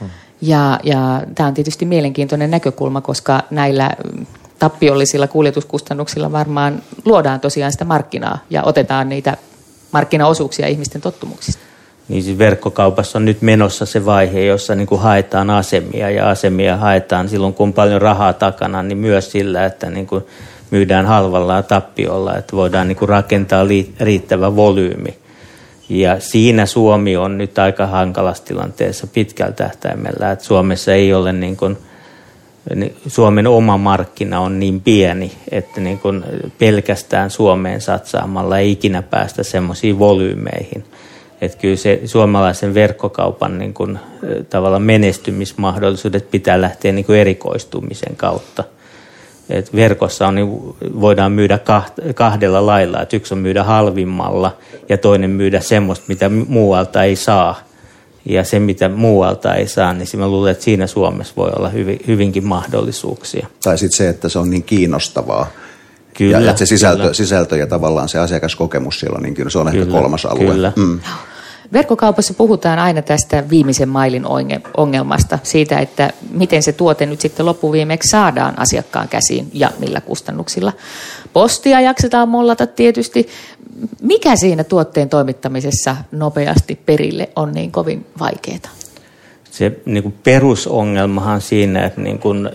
Ja tämä on tietysti mielenkiintoinen näkökulma, koska näillä tappiollisilla kuljetuskustannuksilla varmaan luodaan tosiaan sitä markkinaa ja otetaan niitä markkinaosuuksia ihmisten tottumuksista. Niin siis verkkokaupassa on nyt menossa se vaihe, jossa niin kuin haetaan asemia ja asemia haetaan silloin, kun on paljon rahaa takana, niin myös sillä, että niin kuin myydään halvalla ja tappiolla, että voidaan niin kuin rakentaa riittävä volyymi. Ja siinä Suomi on nyt aika hankalassa tilanteessa pitkällä tähtäimellä, että Suomessa ei ole niin kuin, Suomen oma markkina on niin pieni, että niin kuin pelkästään Suomeen satsaamalla ei ikinä päästä semmoisiin volyymeihin. Että kyllä se suomalaisen verkkokaupan niin kuin, tavallaan menestymismahdollisuudet pitää lähteä niin kuin erikoistumisen kautta. Et verkossa on, niin voidaan myydä kahdella lailla, että yksi on myydä halvimmalla ja toinen myydä semmoista, mitä muualta ei saa. Ja se, mitä muualta ei saa, niin mä luulen, että siinä Suomessa voi olla hyvinkin mahdollisuuksia. Tai sitten se, että se on niin kiinnostavaa. Kyllä, ja että se sisältö ja tavallaan se asiakaskokemus siellä on niin kyllä, se on ehkä kolmas alue. Kyllä. Verkkokaupassa puhutaan aina tästä viimeisen mailin ongelmasta, siitä, että miten se tuote nyt sitten loppuviimeksi saadaan asiakkaan käsiin ja millä kustannuksilla. Postia jaksetaan mollata tietysti. Mikä siinä tuotteen toimittamisessa nopeasti perille on niin kovin vaikeaa? Se niin kuin perusongelmahan siinä, että niin kuin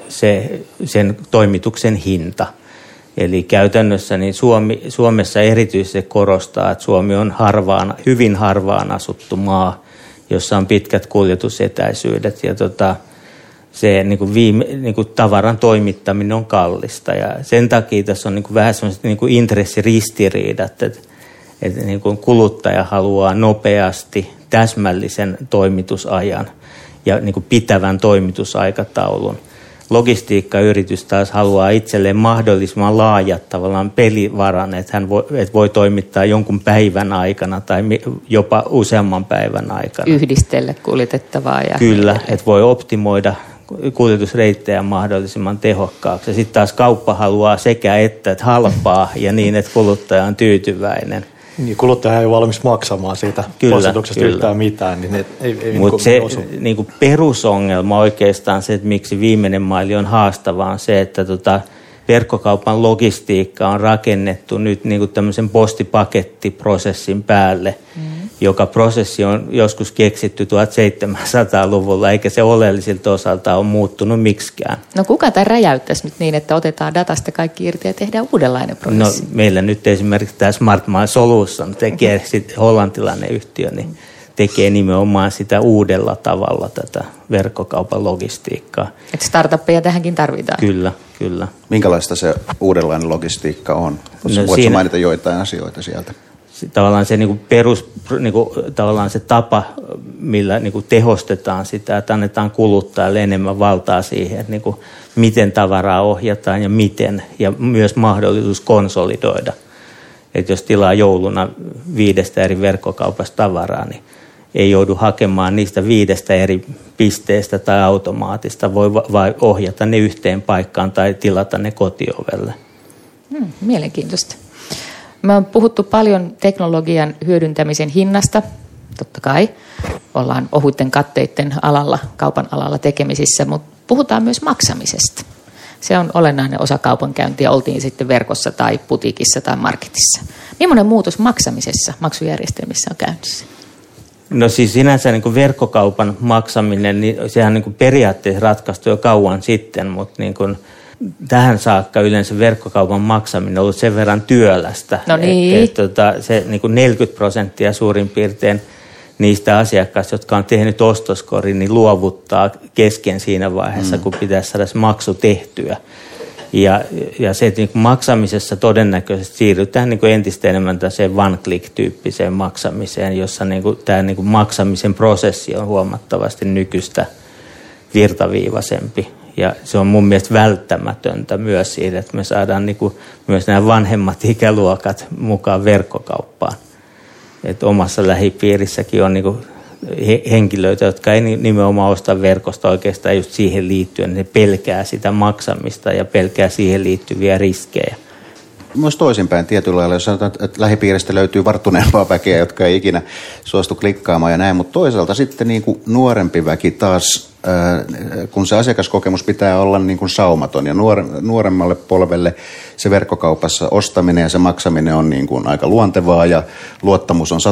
sen toimituksen hinta. Eli käytännössä niin Suomessa erityisesti niin että Suomi on hyvin harvaan asuttu maa, jossa on pitkät kuljetusetäisyydet ja se niin kuin tavaran toimittaminen on kallista. Ja sen takia tässä on niin kuin vähän sellaiset niin kuin intressiristiriidat, että niin kuin kuluttaja haluaa nopeasti täsmällisen toimitusajan ja niin kuin pitävän toimitusaikataulun. Logistiikkayritys taas haluaa itselleen mahdollisimman laajat tavallaan pelivaran, että hän voi toimittaa jonkun päivän aikana tai jopa useamman päivän aikana. Yhdistellä kuljetettavaa. Kyllä, että voi optimoida kuljetusreittejä mahdollisimman tehokkaaksi. Ja sitten taas kauppa haluaa sekä että halpaa ja niin, että kuluttaja on tyytyväinen. Niin, kuluttaja ei ole valmis maksamaan siitä postituksesta yhtään mitään. Niin mutta se niin kuin perusongelma oikeastaan se, että miksi viimeinen maili on haastava, on se, että verkkokaupan logistiikka on rakennettu nyt niin kuin tämmöisen postipakettiprosessin päälle, joka prosessi on joskus keksitty 1700-luvulla, eikä se oleellisilta osalta ole muuttunut miksikään. No kuka tämä räjäyttäisi nyt niin, että otetaan datasta kaikki irti ja tehdään uudenlainen prosessi? No meillä nyt esimerkiksi tämä Smart Mile Solution tekee sitten hollantilainen yhtiö, niin tekee nimenomaan sitä uudella tavalla tätä verkkokaupan logistiikkaa. Että startuppeja tähänkin tarvitaan. Kyllä. Minkälaista se uudenlainen logistiikka on? Voitko mainita joitain asioita sieltä? Tavallaan se tavallaan se tapa, millä tehostetaan sitä, että annetaan kuluttajalle enemmän valtaa siihen, että miten tavaraa ohjataan ja miten, ja myös mahdollisuus konsolidoida. Että jos tilaa jouluna 5 eri verkkokaupasta tavaraa, niin ei joudu hakemaan niistä 5 eri pisteestä tai automaatista, voi ohjata ne yhteen paikkaan tai tilata ne kotiovelle. Mielenkiintoista. Me on puhuttu paljon teknologian hyödyntämisen hinnasta, totta kai. Ollaan ohuitten katteiden alalla, kaupan alalla tekemisissä, mutta puhutaan myös maksamisesta. Se on olennainen osa kaupankäyntiä, oltiin sitten verkossa tai putiikissa tai marketissa. Millainen muutos maksamisessa, maksujärjestelmissä on käynnissä? No siis sinänsä verkkokaupan maksaminen, niin sehän periaatteessa ratkaistu jo kauan sitten, mutta tähän saakka yleensä verkkokaupan maksaminen on ollut sen verran työlästä. No niin. Se 40% suurin piirtein niistä asiakkaista, jotka on tehnyt ostoskorin, niin luovuttaa kesken siinä vaiheessa, kun pitäisi saada se maksu tehtyä. Ja se, että maksamisessa todennäköisesti siirrytään entistä enemmän tällaiseen one-click-tyyppiseen maksamiseen, jossa tämä maksamisen prosessi on huomattavasti nykyistä virtaviivaisempi. Ja se on mun mielestä välttämätöntä myös siitä, että me saadaan myös nämä vanhemmat ikäluokat mukaan verkkokauppaan. Et omassa lähipiirissäkin on henkilöitä, jotka ei nimenomaan osta verkosta oikeastaan just siihen liittyen. Ne pelkää sitä maksamista ja pelkää siihen liittyviä riskejä. Myös toisinpäin tietyllä lailla, jos sanotaan, että lähipiiristä löytyy varttuneempaa väkeä, jotka ei ikinä suostu klikkaamaan ja näin, mutta toisaalta sitten nuorempi väki taas, kun se asiakaskokemus pitää olla saumaton ja nuoremmalle polvelle se verkkokaupassa ostaminen ja se maksaminen on aika luontevaa ja luottamus on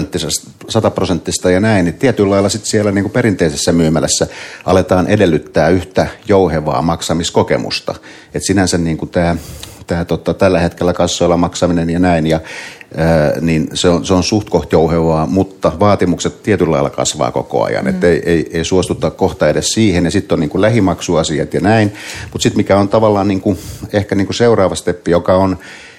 100% ja näin, niin tietyllä lailla sitten siellä perinteisessä myymälässä aletaan edellyttää yhtä jouhevaa maksamiskokemusta. Et sinänsä tällä hetkellä kassoilla maksaminen ja näin, niin se on suht koht jouhevaa, mutta vaatimukset tietyllä lailla kasvaa koko ajan. Että ei suostuta kohta edes siihen, ja sitten on lähimaksuasiat ja näin. Mutta sitten mikä on tavallaan ehkä seuraava steppi, joka on,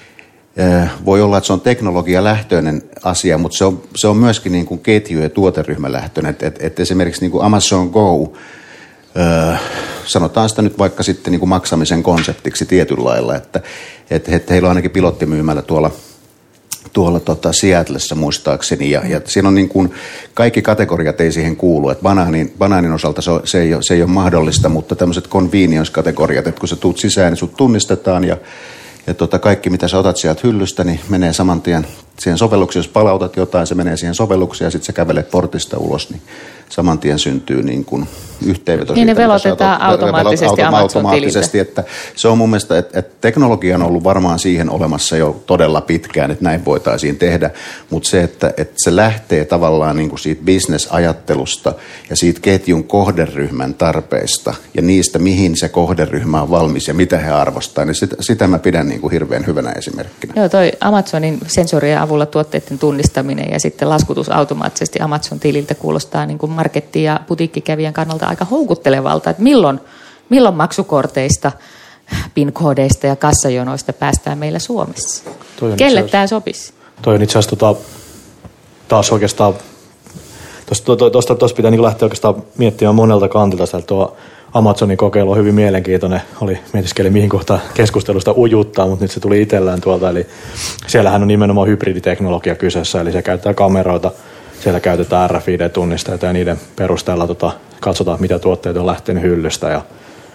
voi olla, että se on teknologialähtöinen asia, mutta se on myöskin ketju- ja tuoteryhmälähtöinen. Et esimerkiksi Amazon Go, sanotaan sitä nyt vaikka sitten maksamisen konseptiksi tietyllä lailla, että heillä on ainakin pilottimyymällä tuolla Seattlessa muistaakseni, ja siinä on kaikki kategoriat ei siihen kuulu, että banaanin osalta se ei ole mahdollista, mutta tämmöiset convenience-kategoriat, että kun sä tuut sisään, niin sut tunnistetaan, ja kaikki mitä sä otat sieltä hyllystä, niin menee saman tien siihen sovellukseen, jos palautat jotain, se menee siihen sovellukseen, ja sitten sä kävelet portista ulos, niin saman tien syntyy yhteenveto. Niin ne velotetaan automaattisesti että se on mun mielestä, että teknologia on ollut varmaan siihen olemassa jo todella pitkään, että näin voitaisiin tehdä, mutta se, että se lähtee tavallaan siitä business-ajattelusta ja siitä ketjun kohderyhmän tarpeista ja niistä, mihin se kohderyhmä on valmis ja mitä he arvostaa, niin sitä mä pidän hirveän hyvänä esimerkkinä. Joo, toi Amazonin sensorien avulla tuotteiden tunnistaminen ja sitten laskutus automaattisesti Amazon-tililtä kuulostaa marketti- ja putiikkikävijän kannalta aika houkuttelevalta, että milloin maksukorteista, PIN-koodeista ja kassajonoista päästään meillä Suomessa. Kelle tämä sopisi? Toi on itse asiassa taas oikeastaan, tuosta pitää lähteä oikeastaan miettimään monelta kantilta. Tuo Amazonin kokeilu on hyvin mielenkiintoinen. Mietiskeli mihin kohtaan keskustelusta ujuttaa, mutta nyt se tuli itsellään tuolta. Eli siellähän on nimenomaan hybriditeknologia kyseessä, eli se käytetään kameroita. Siellä käytetään RFID-tunnisteita ja niiden perusteella katsotaan, mitä tuotteet on lähtenyt hyllystä. Ja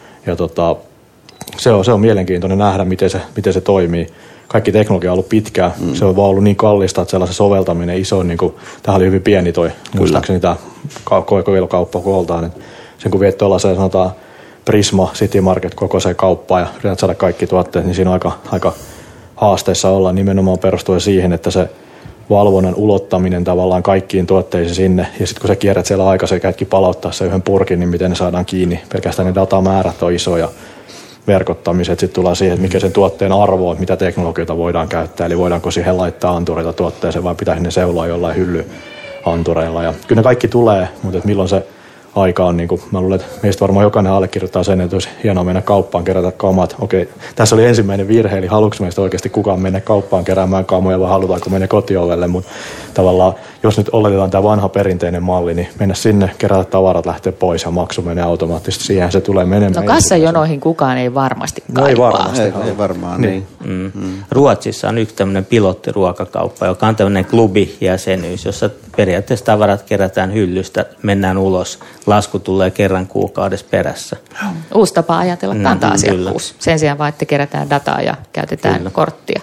se on mielenkiintoinen nähdä, miten se toimii. Kaikki teknologia on ollut pitkään. Se on vaan ollut niin kallista, että sellaisen soveltaminen iso, tämähän oli hyvin pieni toi. Muistaakseni tämä kokeilukauppa kooltaan. Sen kun viet tuollaiseen sanotaan Prisma City Market kokoiseen kauppaan ja yrität saada kaikki tuotteet, niin siinä on aika haasteissa olla nimenomaan perustuen siihen, että se valvonnan ulottaminen tavallaan kaikkiin tuotteisiin sinne. Ja sitten kun sä kierrät siellä aikaa, sä käytkin palauttaa se yhden purkin, niin miten ne saadaan kiinni. Pelkästään ne datamäärät on isoja verkottamiset. Sitten tullaan siihen, että mikä sen tuotteen arvo on, mitä teknologioita voidaan käyttää. Eli voidaanko siihen laittaa antureita tuotteeseen vai pitäisi ne seuloa jollain antureilla. Ja kyllä ne kaikki tulee, mutta milloin se aika on, niin kuin mä luulen, että meistä varmaan jokainen allekirjoittaa sen, että olisi hienoa mennä kauppaan kerätä kamat. Okei, tässä oli ensimmäinen virhe, eli haluatko meistä oikeasti kukaan mennä kauppaan keräämään kamoja vai halutaanko mennä kotiovelle, mutta tavallaan jos nyt oletetaan tämä vanha perinteinen malli, niin mennä sinne, kerätä tavarat, lähteä pois ja maksu menee automaattisesti, siihen se tulee menemään. No kassajonoihin kukaan ei varmasti kaipaa. No ei varmasti. Ei varmaan, niin. Ruotsissa on yksi tämmöinen pilottiruokakauppa, joka on tämmöinen klubijäsenyys, jossa periaatteessa tavarat kerätään hyllystä, mennään ulos, lasku tulee kerran kuukaudessa perässä. Uusi tapa ajatella kanta-asiakkuus. Sen sijaan vaan, että kerätään dataa ja käytetään korttia.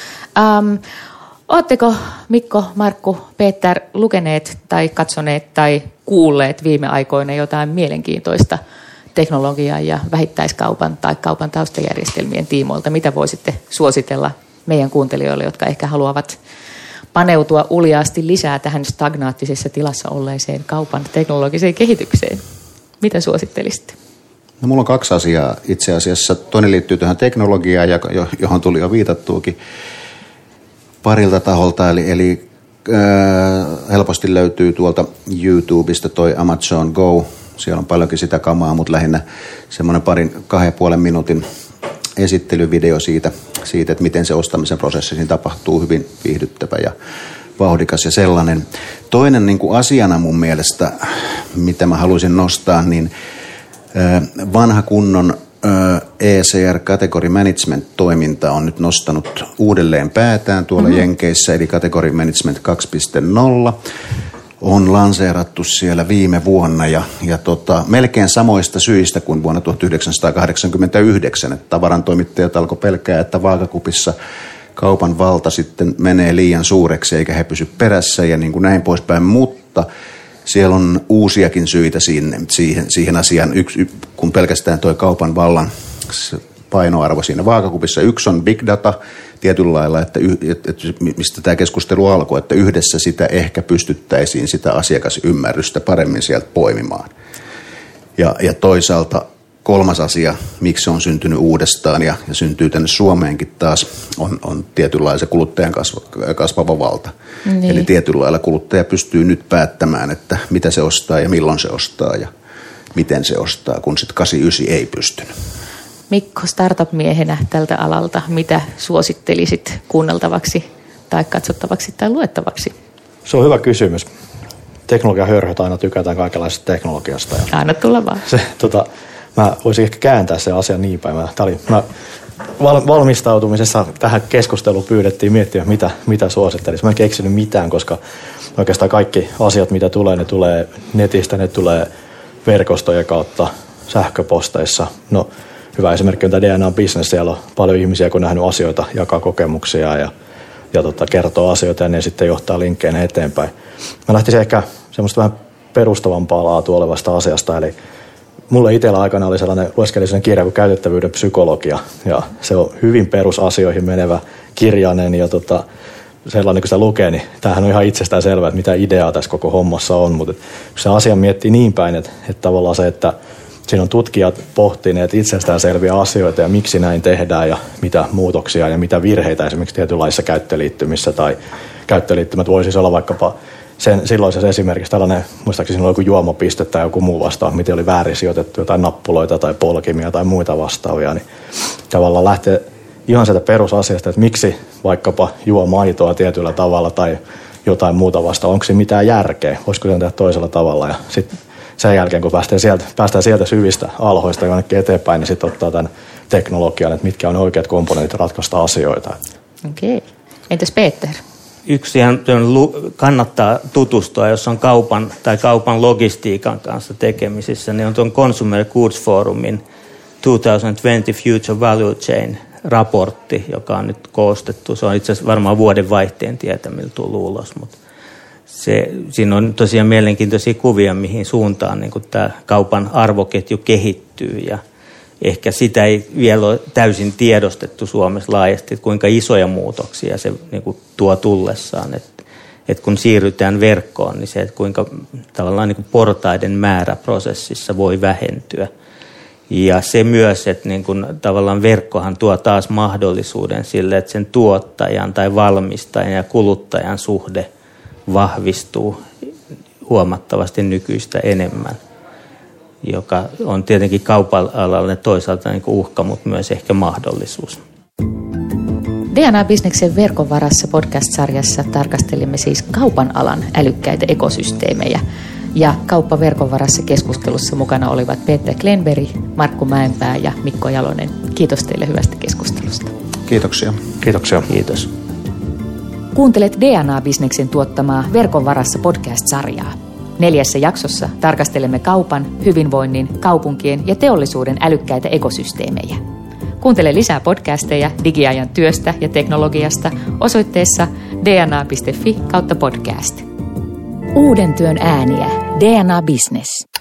Oletteko Mikko, Markku, Peter lukeneet tai katsoneet tai kuulleet viime aikoina jotain mielenkiintoista teknologiaa ja vähittäiskaupan tai kaupan taustajärjestelmien tiimoilta? Mitä voisitte suositella meidän kuuntelijoille, jotka ehkä haluavat paneutua uljaasti lisää tähän stagnaattisessa tilassa olleeseen kaupan teknologiseen kehitykseen? Mitä suosittelisitte? No, mulla on 2 asiaa itse asiassa. Toinen liittyy tähän teknologiaan, johon tuli jo viitattuukin parilta taholta. Eli helposti löytyy tuolta YouTubesta toi Amazon Go. Siellä on paljonkin sitä kamaa, mutta lähinnä semmoinen 2,5 minuutin esittelyvideo siitä, että miten se ostamisen prosessi siinä tapahtuu, hyvin viihdyttävä ja vauhdikas ja sellainen. Toinen niin kuin asiana mun mielestä, mitä mä haluaisin nostaa, niin vanha kunnon ECR Category Management-toiminta on nyt nostanut uudelleen päätään tuolla Jenkeissä, eli Category Management 2.0 on lanseerattu siellä viime vuonna ja melkein samoista syistä kuin vuonna 1989, että tavarantoimittajat alkoi pelkää, että vaakakupissa kaupan valta sitten menee liian suureksi eikä he pysy perässä ja niin kuin näin poispäin, mutta siellä on uusiakin syitä siihen asiaan, kun pelkästään tuo kaupan vallan painoarvo siinä vaakakupissa. Yksi on big data tietyllä lailla, että mistä tämä keskustelu alkoi, että yhdessä sitä ehkä pystyttäisiin sitä asiakasymmärrystä paremmin sieltä poimimaan. Ja toisaalta kolmas asia, miksi se on syntynyt uudestaan ja syntyy tänne Suomeenkin taas, on tietynlainen se kuluttajan kasvava valta. Niin. Eli tietyllä lailla kuluttaja pystyy nyt päättämään, että mitä se ostaa ja milloin se ostaa ja miten se ostaa, kun sitten 89 ei pystynyt. Mikko, startup-miehenä tältä alalta, mitä suosittelisit kuunneltavaksi tai katsottavaksi tai luettavaksi? Se on hyvä kysymys. Teknologian hörhöt aina tykätään kaikenlaisesta teknologiasta. Anna tulla vaan. Mä voisin ehkä kääntää sen asian niin päin. Valmistautumisessa tähän keskusteluun pyydettiin miettiä, mitä suosittelisi. Mä en keksinyt mitään, koska oikeastaan kaikki asiat, mitä tulee, ne tulee netistä, ne tulee verkostojen kautta, sähköposteissa. No, hyvä esimerkki on tämä DNA Business. Siellä on paljon ihmisiä, kun on nähnyt asioita, jakaa kokemuksia ja kertoo asioita ja ne sitten johtaa linkkeinä eteenpäin. Mä lähtisin ehkä semmoista vähän perustavampaa laatua olevasta asiasta, eli mulle itsellä aikana oli lueskelin sellainen kirja kuin Käytettävyyden psykologia, ja se on hyvin perusasioihin menevä kirjainen, ja sellainen kun sitä lukee, niin tämähän on ihan itsestään selvää, että mitä ideaa tässä koko hommassa on, mutta kun se asia miettii niin päin, että tavallaan se, että siinä on tutkijat pohtineet itsestäänselviä asioita ja miksi näin tehdään ja mitä muutoksia ja mitä virheitä esimerkiksi tietynlaisissa käyttöliittymissä tai käyttöliittymät voisi olla vaikkapa silloisessa esimerkiksi tällainen, muistaakseni siinä oli joku juomapiste tai joku muu vastaava, miten oli väärin sijoitettu jotain nappuloita tai polkimia tai muita vastaavia, niin tavallaan lähtee ihan sieltä perusasiasta, että miksi vaikkapa juo maitoa tietyllä tavalla tai jotain muuta vastaavaa, onko se mitään järkeä, voisiko se tehdä toisella tavalla ja sitten sen jälkeen, kun päästään sieltä syvistä alhoista jonnekin eteenpäin, niin sitten ottaa tämän teknologian, että mitkä on ne oikeat komponentit ratkaista asioita. Okei. Entäs Peter? Yksi ihan kannattaa tutustua, jos on kaupan tai kaupan logistiikan kanssa tekemisissä, niin on tuon Consumer Goods Forumin 2020 Future Value Chain raportti, joka on nyt koostettu. Se on itse asiassa varmaan vuoden vaihteen tietämillä tullut ulos, mutta siinä on tosiaan mielenkiintoisia kuvia, mihin suuntaan niin tämä kaupan arvoketju kehittyy ja ehkä sitä ei vielä ole täysin tiedostettu Suomessa laajasti, että kuinka isoja muutoksia se niin kuin tuo tullessaan. Että kun siirrytään verkkoon, niin se, että kuinka tavallaan niin kuin portaiden määrä prosessissa voi vähentyä. Ja se myös, että niin kuin tavallaan verkkohan tuo taas mahdollisuuden sille, että sen tuottajan tai valmistajan ja kuluttajan suhde vahvistuu huomattavasti nykyistä enemmän, joka on tietenkin kaupan alalle toisaalta niin kuin uhka, mutta myös ehkä mahdollisuus. DNA-bisneksen verkon varassa podcast-sarjassa tarkastelimme siis kaupan alan älykkäitä ekosysteemejä. Ja kauppaverkon varassa keskustelussa mukana olivat Peter Glenberg, Markku Mäenpää ja Mikko Jalonen. Kiitos teille hyvästä keskustelusta. Kiitoksia. Kiitoksia. Kiitos. Kuuntelet DNA-bisneksen tuottamaa verkon varassa podcast-sarjaa. 4 jaksossa tarkastelemme kaupan, hyvinvoinnin, kaupunkien ja teollisuuden älykkäitä ekosysteemejä. Kuuntele lisää podcasteja digiajan työstä ja teknologiasta osoitteessa dna.fi/podcast. Uuden työn ääniä. DNA Business.